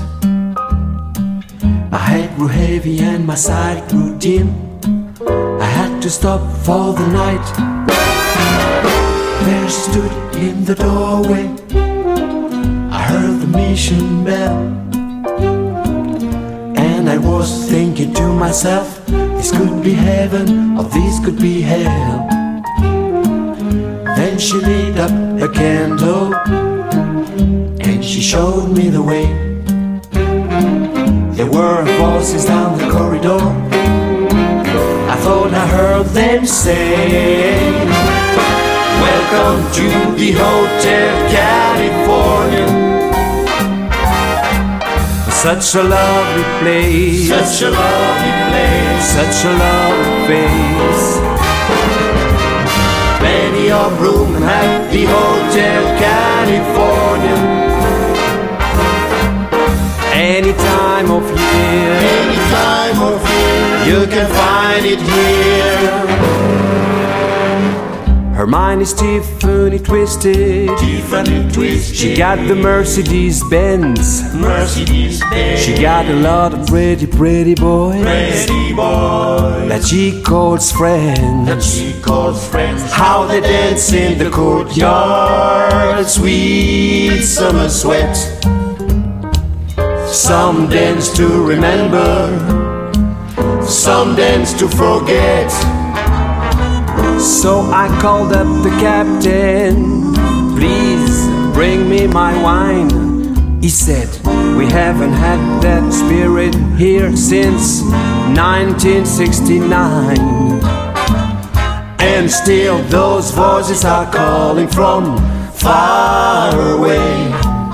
[SPEAKER 8] My head grew heavy and my sight grew dim. I had to stop for the night. There she stood in the doorway. I heard the mission bell, and I was thinking to myself, this could be heaven or this could be hell. Then she lit up a candle and she showed me the way. There were voices down the corridor. I thought I heard them say, welcome to the Hotel California. Such a lovely place, such a lovely place, such a lovely face. Plenty of room at the Hotel California. Any time of year, any time of year, you can find it here. Her mind is Tiffany twisted. Tiffany twisted. She got the Mercedes Benz. Mercedes Benz. She got a lot of pretty, pretty boys. Pretty boys that she calls friends. That she calls friends. How they dance in the courtyard. Sweet summer sweat. Some dance to remember. Some dance to forget. So I called up the captain, please bring me my wine. He said, we haven't had that spirit here since 1969. And still those voices are calling from far away.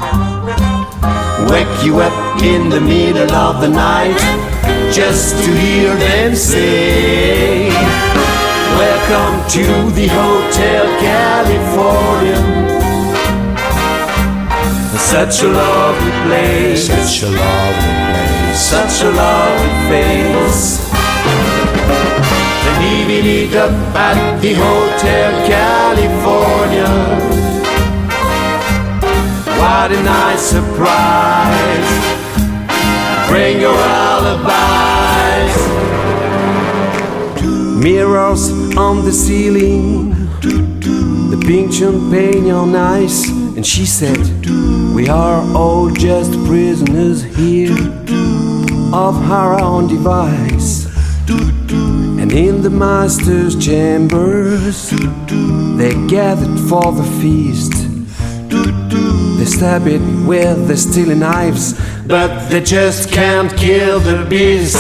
[SPEAKER 8] Wake you up in the middle of the night just to hear them say, welcome to the Hotel California. Such a lovely place, such a lovely place, such a lovely face. They leave it up at the Hotel California. What a nice surprise. Bring your alibis. Mirrors on the ceiling, the pink champagne on ice. And she said, we are all just prisoners here of our own device. And in the master's chambers, they gathered for the feast. They stab it with their steely knives, but they just can't kill the beast.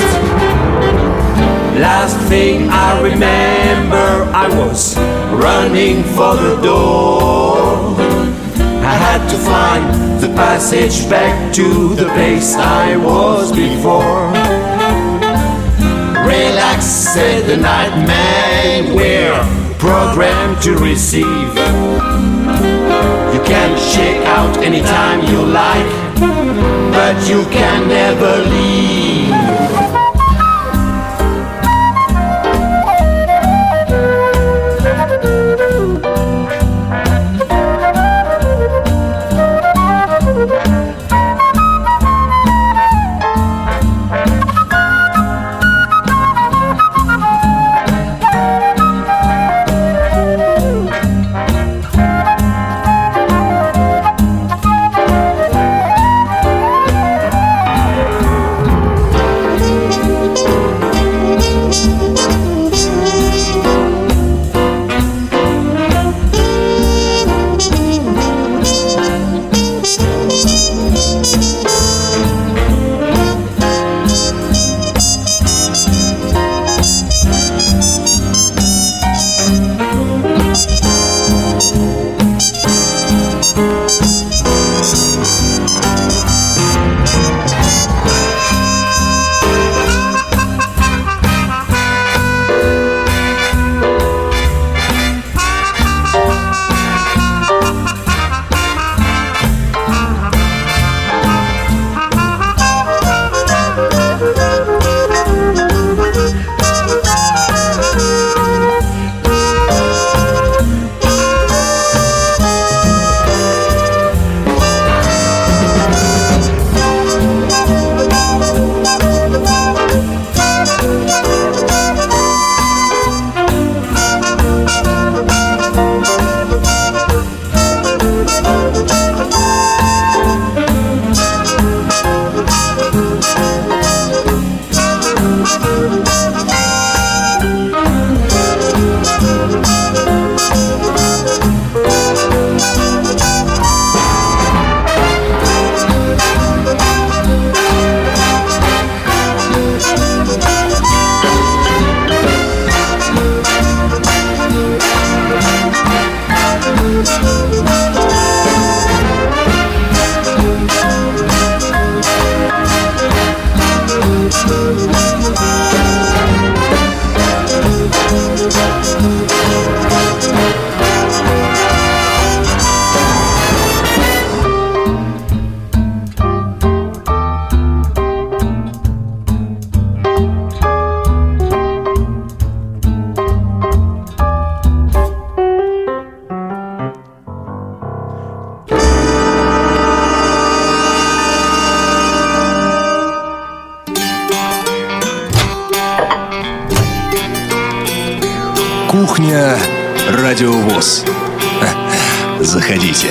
[SPEAKER 8] Last thing I remember, I was running for the door. I had to find the passage back to the place I was before. Relax, said the nightman, we're programmed to receive. You can check out anytime you like, but you can never leave.
[SPEAKER 2] Кухня Радио ВОС. Заходите.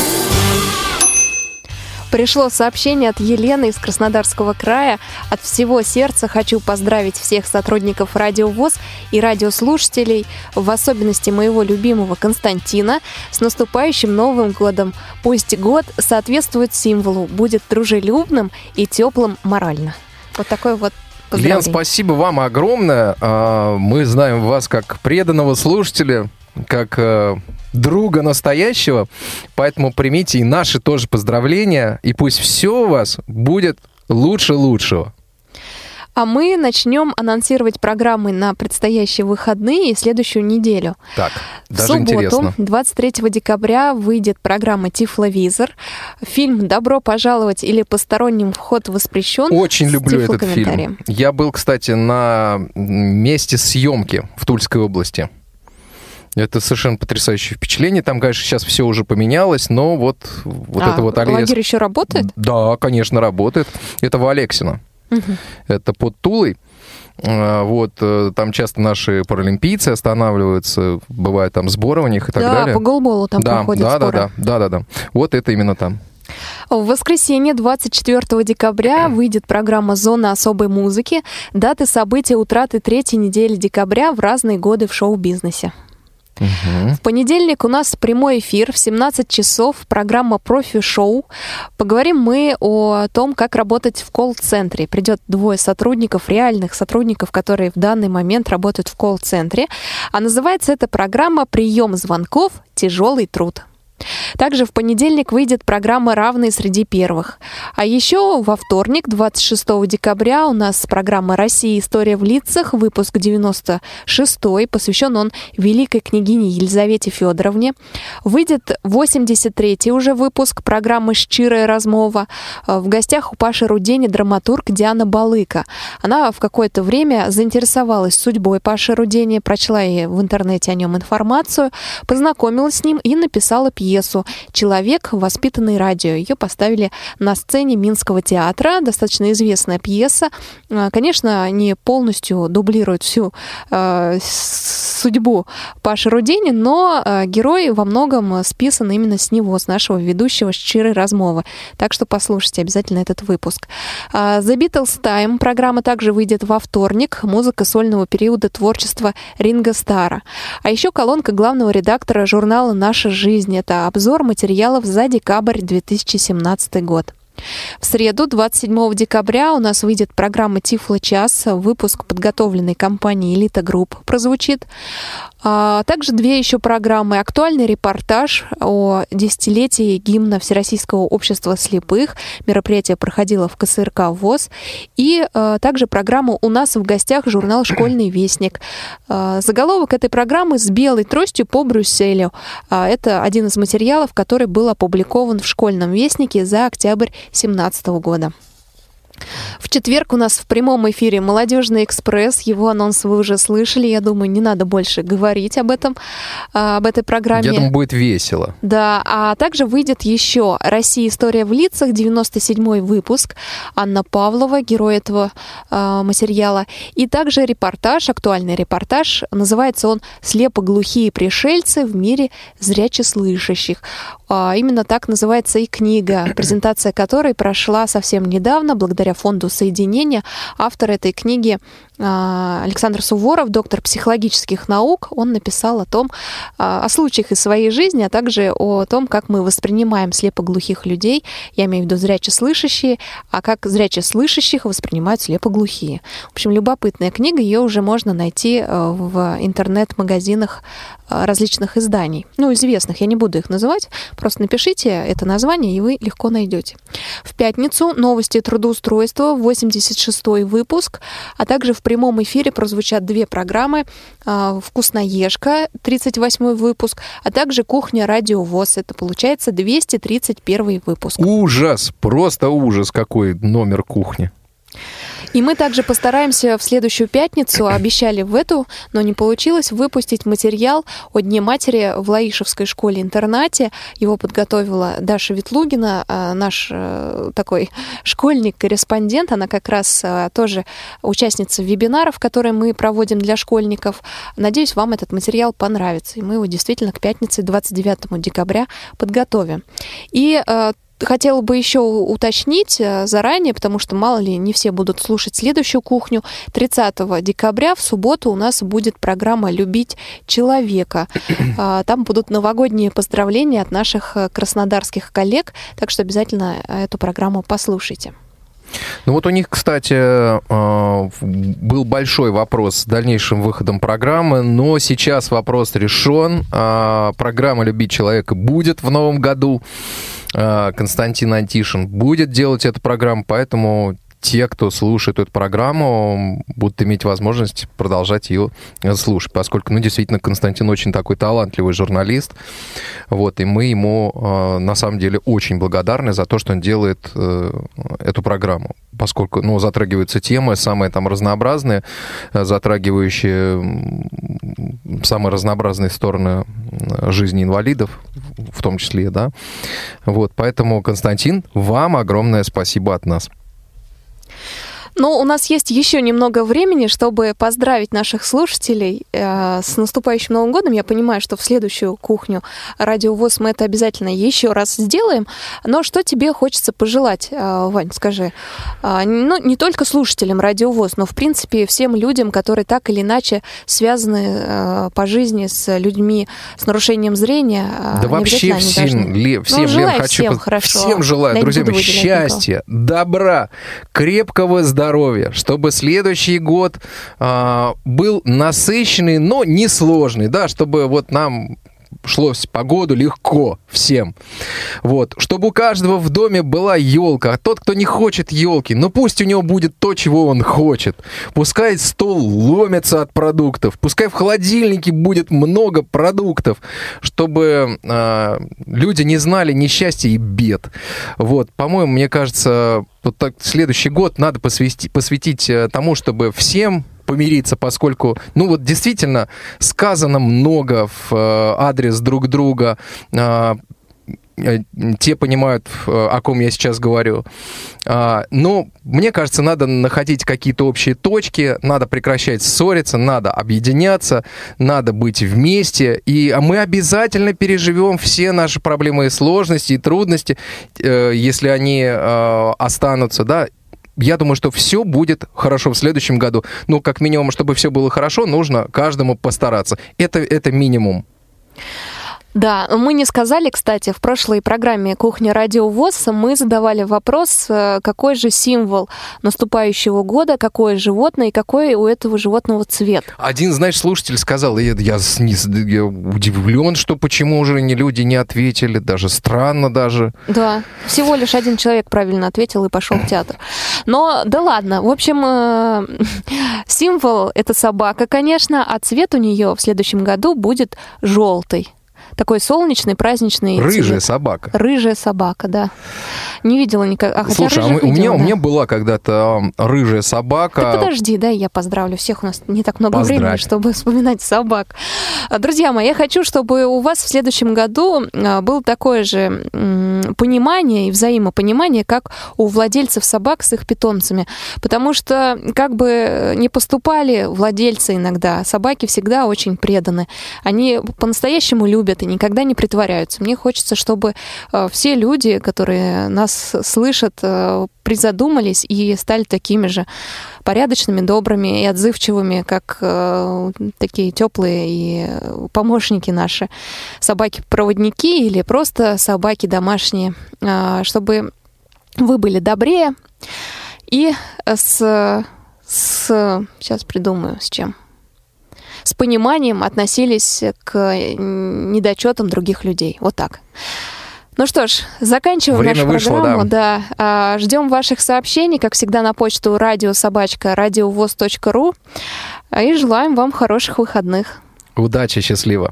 [SPEAKER 3] Пришло сообщение от Елены из Краснодарского края. От всего сердца хочу поздравить всех сотрудников Радио ВОС и радиослушателей, в особенности моего любимого Константина, с наступающим Новым годом. Пусть год соответствует символу, будет дружелюбным и теплым морально. Вот такой вот
[SPEAKER 4] Лен, спасибо вам огромное. Мы знаем вас как преданного слушателя, как друга настоящего, поэтому примите и наши тоже поздравления, и пусть все у вас будет лучше лучшего.
[SPEAKER 3] А мы начнем анонсировать программы на предстоящие выходные и следующую неделю.
[SPEAKER 4] Так, даже
[SPEAKER 3] в субботу,
[SPEAKER 4] интересно.
[SPEAKER 3] 23 декабря, выйдет программа «Тифловизор». Фильм «Добро пожаловать» или «Посторонним вход воспрещен».
[SPEAKER 4] Очень люблю этот фильм. Я был, кстати, на месте съемки в Тульской области. Это совершенно потрясающее впечатление. Там, конечно, сейчас все уже поменялось, но вот это вот аллея...
[SPEAKER 3] Лагерь еще работает?
[SPEAKER 4] Да, конечно, работает. Это в Алексино. Это под Тулой. Вот, там часто наши паралимпийцы останавливаются, бывает там сборы у них и так далее.
[SPEAKER 3] Да, по голболу там проходят сборы.
[SPEAKER 4] Да. Вот это именно там.
[SPEAKER 3] В воскресенье, 24 декабря, выйдет программа «Зона особой музыки». Даты события утраты третьей недели декабря в разные годы в шоу-бизнесе. В понедельник у нас прямой эфир в 17 часов, программа «Профи-шоу». Поговорим мы о том, как работать в колл-центре. Придет 2 сотрудников, реальных сотрудников, которые в данный момент работают в колл-центре. А называется эта программа «Прием звонков. Тяжелый труд». Также в понедельник выйдет программа «Равные среди первых». А еще во вторник, 26 декабря, у нас программа «Россия. История в лицах», выпуск 96-й, посвящен он великой княгине Елизавете Федоровне. Выйдет 83-й уже выпуск программы «Щирая размова». В гостях у Паши Рудени драматург Диана Балыка. Она в какое-то время заинтересовалась судьбой Паши Рудени, прочла ей в интернете о нем информацию, познакомилась с ним и написала пьесу «Человек, воспитанный радио». Ее поставили на сцене Минского театра. Достаточно известная пьеса. Конечно, не полностью дублирует всю судьбу Паши Рудени, но герой во многом списан именно с него, с нашего ведущего «Щирой размовы». Так что послушайте обязательно этот выпуск. The Beatles Time программа также выйдет во вторник. Музыка сольного периода творчества Ринго Стара. А еще колонка главного редактора журнала «Наша жизнь». Это обзор материалов за декабрь 2017 год. В среду, 27 декабря, у нас выйдет программа «Тифло-час», выпуск, подготовленный компанией «Элита Групп», прозвучит. Также 2 еще программы. Актуальный репортаж о десятилетии гимна Всероссийского общества слепых. Мероприятие проходило в КСРК ВОС. И также программа «У нас в гостях» журнал «Школьный вестник». Заголовок этой программы «С белой тростью по Брюсселю». Это один из материалов, который был опубликован в «Школьном вестнике» за октябрь 2017 года. В четверг у нас в прямом эфире «Молодежный экспресс». Его анонс вы уже слышали. Я думаю, не надо больше говорить об этом, об этой программе.
[SPEAKER 4] Я думаю, будет весело.
[SPEAKER 3] Да, а также выйдет еще «Россия. История в лицах», 97-й выпуск. Анна Павлова, герой этого материала. И также репортаж, актуальный репортаж. Называется он «Слепоглухие пришельцы в мире зрячеслышащих». Именно так называется и книга, презентация которой прошла совсем недавно благодаря фонду соединения. Автор этой книги Александр Суворов, доктор психологических наук, он написал о случаях из своей жизни, а также о том, как мы воспринимаем слепоглухих людей, я имею в виду зрячеслышащие, а как зрячеслышащих воспринимают слепоглухие. В общем, любопытная книга, ее уже можно найти в интернет-магазинах различных изданий, известных, я не буду их называть, просто напишите это название, и вы легко найдете. В пятницу новости трудоустройства, 86-й выпуск, а также в прямом эфире прозвучат 2 программы: «Вкусноежка», 38-й выпуск, а также «Кухня Радио ВОС». Это получается 231 выпуск.
[SPEAKER 4] Ужас! Просто ужас, какой номер кухни.
[SPEAKER 3] И мы также постараемся в следующую пятницу, обещали в эту, но не получилось, выпустить материал о Дне матери в Лаишевской школе-интернате. Его подготовила Даша Ветлугина, наш такой школьник-корреспондент. Она как раз тоже участница вебинаров, которые мы проводим для школьников. Надеюсь, вам этот материал понравится. И мы его действительно к пятнице, 29 декабря, подготовим. И хотела бы еще уточнить заранее, потому что, мало ли, не все будут слушать следующую кухню. 30 декабря в субботу у нас будет программа «Любить человека». Там будут новогодние поздравления от наших краснодарских коллег, так что обязательно эту программу послушайте.
[SPEAKER 4] Ну вот у них, кстати, был большой вопрос с дальнейшим выходом программы, но сейчас вопрос решен. Программа «Любить человека» будет в новом году. Константин Антишин будет делать эту программу, поэтому те, кто слушает эту программу, будут иметь возможность продолжать ее слушать, поскольку, действительно, Константин очень такой талантливый журналист, и мы ему, на самом деле, очень благодарны за то, что он делает эту программу, поскольку, затрагиваются темы самые там разнообразные, затрагивающие самые разнообразные стороны жизни инвалидов, в том числе, да. Поэтому, Константин, вам огромное спасибо от нас.
[SPEAKER 3] У нас есть еще немного времени, чтобы поздравить наших слушателей с наступающим Новым годом. Я понимаю, что в следующую кухню Радио ВОС мы это обязательно еще раз сделаем. Но что тебе хочется пожелать, Вань, скажи? Не только слушателям Радио ВОС, но, в принципе, всем людям, которые так или иначе связаны по жизни с людьми с нарушением зрения.
[SPEAKER 4] Да вообще всем, Лен, хочу... Всем желаю, друзья мои, счастья, добра, крепкого здоровья, чтобы следующий год был насыщенный, но не сложный, да, чтобы нам шлось по году легко всем. Чтобы у каждого в доме была елка. А тот, кто не хочет елки, пусть у него будет то, чего он хочет. Пускай стол ломится от продуктов. Пускай в холодильнике будет много продуктов, чтобы люди не знали несчастья и бед. По-моему, мне кажется, следующий год надо посвятить тому, чтобы всем помириться, поскольку, действительно, сказано много в адрес друг друга. Те понимают, о ком я сейчас говорю. Но мне кажется, надо находить какие-то общие точки, надо прекращать ссориться, надо объединяться, надо быть вместе. И мы обязательно переживем все наши проблемы и сложности, и трудности, если они останутся, да. Я думаю, что все будет хорошо в следующем году. Как минимум, чтобы все было хорошо, нужно каждому постараться. Это минимум.
[SPEAKER 3] Да, мы не сказали, кстати, в прошлой программе «Кухня Радио ВОС» мы задавали вопрос, какой же символ наступающего года, какое животное и какой у этого животного цвет.
[SPEAKER 4] Один, слушатель сказал, я удивлен, что почему уже люди не ответили, даже странно даже. Да,
[SPEAKER 3] всего лишь один человек правильно ответил и пошел в театр. Но да ладно, в общем, символ — это собака, конечно, а цвет у нее в следующем году будет желтый. Такой солнечный, праздничный
[SPEAKER 4] Рыжая
[SPEAKER 3] цвет.
[SPEAKER 4] Собака.
[SPEAKER 3] Рыжая собака, да. Не видела никогда.
[SPEAKER 4] Слушай, у меня была когда-то рыжая собака.
[SPEAKER 3] Так подожди, дай я поздравлю всех. У нас не так много времени, чтобы вспоминать собак. Друзья мои, я хочу, чтобы у вас в следующем году было такое же понимание и взаимопонимание, как у владельцев собак с их питомцами. Потому что, как бы ни поступали владельцы иногда, собаки всегда очень преданы. Они по-настоящему любят говорят и никогда не притворяются. Мне хочется, чтобы все люди, которые нас слышат, призадумались и стали такими же порядочными, добрыми и отзывчивыми, как такие теплые и помощники наши, собаки-проводники или просто собаки домашние, чтобы вы были добрее и сейчас придумаю, с чем. С пониманием относились к недочетам других людей. Вот так. Ну что ж, заканчиваем нашу программу. Да. Ждем ваших сообщений, как всегда, на почту radio@radiovoz.ru. И желаем вам хороших выходных.
[SPEAKER 4] Удачи, счастливо.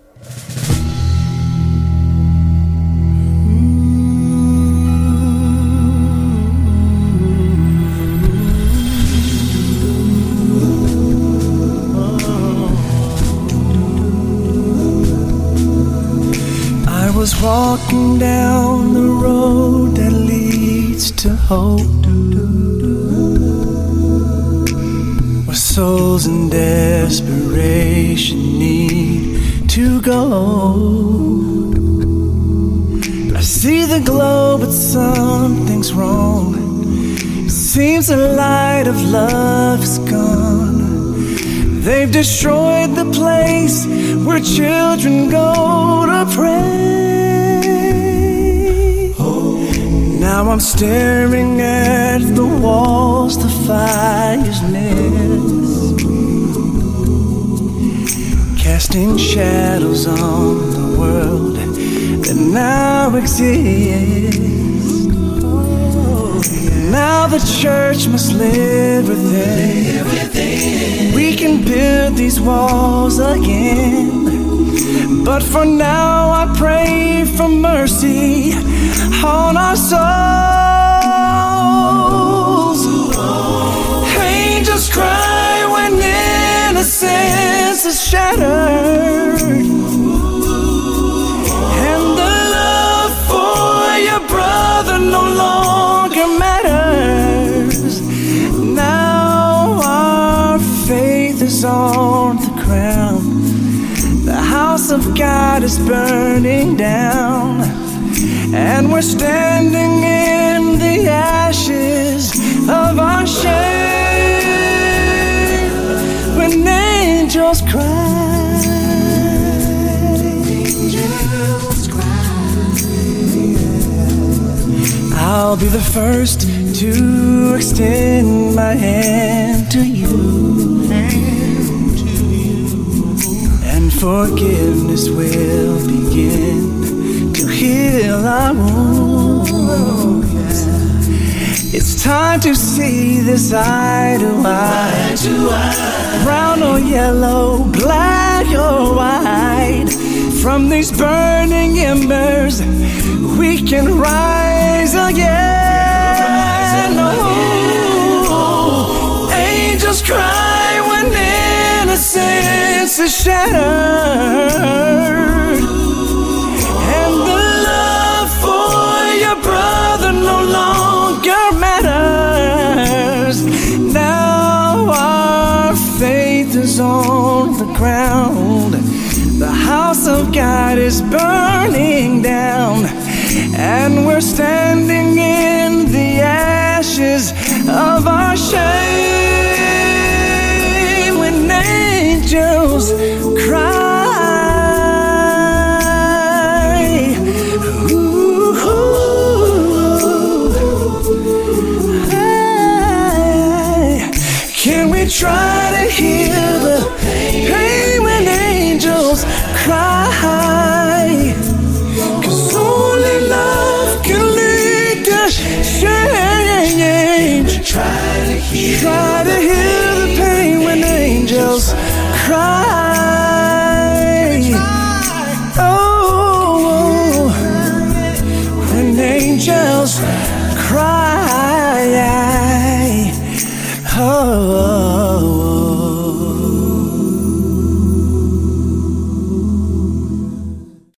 [SPEAKER 9] Was walking down the road that leads to hope, where souls in desperation need to go. I see the glow, but something's wrong. It seems the light of love is gone. They've destroyed the place where children go to pray. Now I'm staring at the walls the fire's lit, casting shadows on the world that now exists. Now the church must live within. We can build these walls again, but for now I pray for mercy on our souls. Angels cry when innocence is shattered, and the love for your brother no longer matters. Now our faith is on the ground. The house of God is burning down, and we're standing in the ashes of our shame when angels cry. Angels cry. I'll be the first to extend my hand to you, and forgiveness will begin to heal our wounds. It's time to see this eye to eye, brown or yellow, black or white. From these burning embers we can rise again. Oh, angels cry when innocence is shattered, and the love for your brother no longer matters. Now our faith is on the ground. The house of God is burning down, and we're standing in the ashes of our shame when angels cry. Can we try to heal the pain when angels cry? 'Cause only love can lead to change. Try to heal the pain when angels cry. Oh, when angels cry. Oh.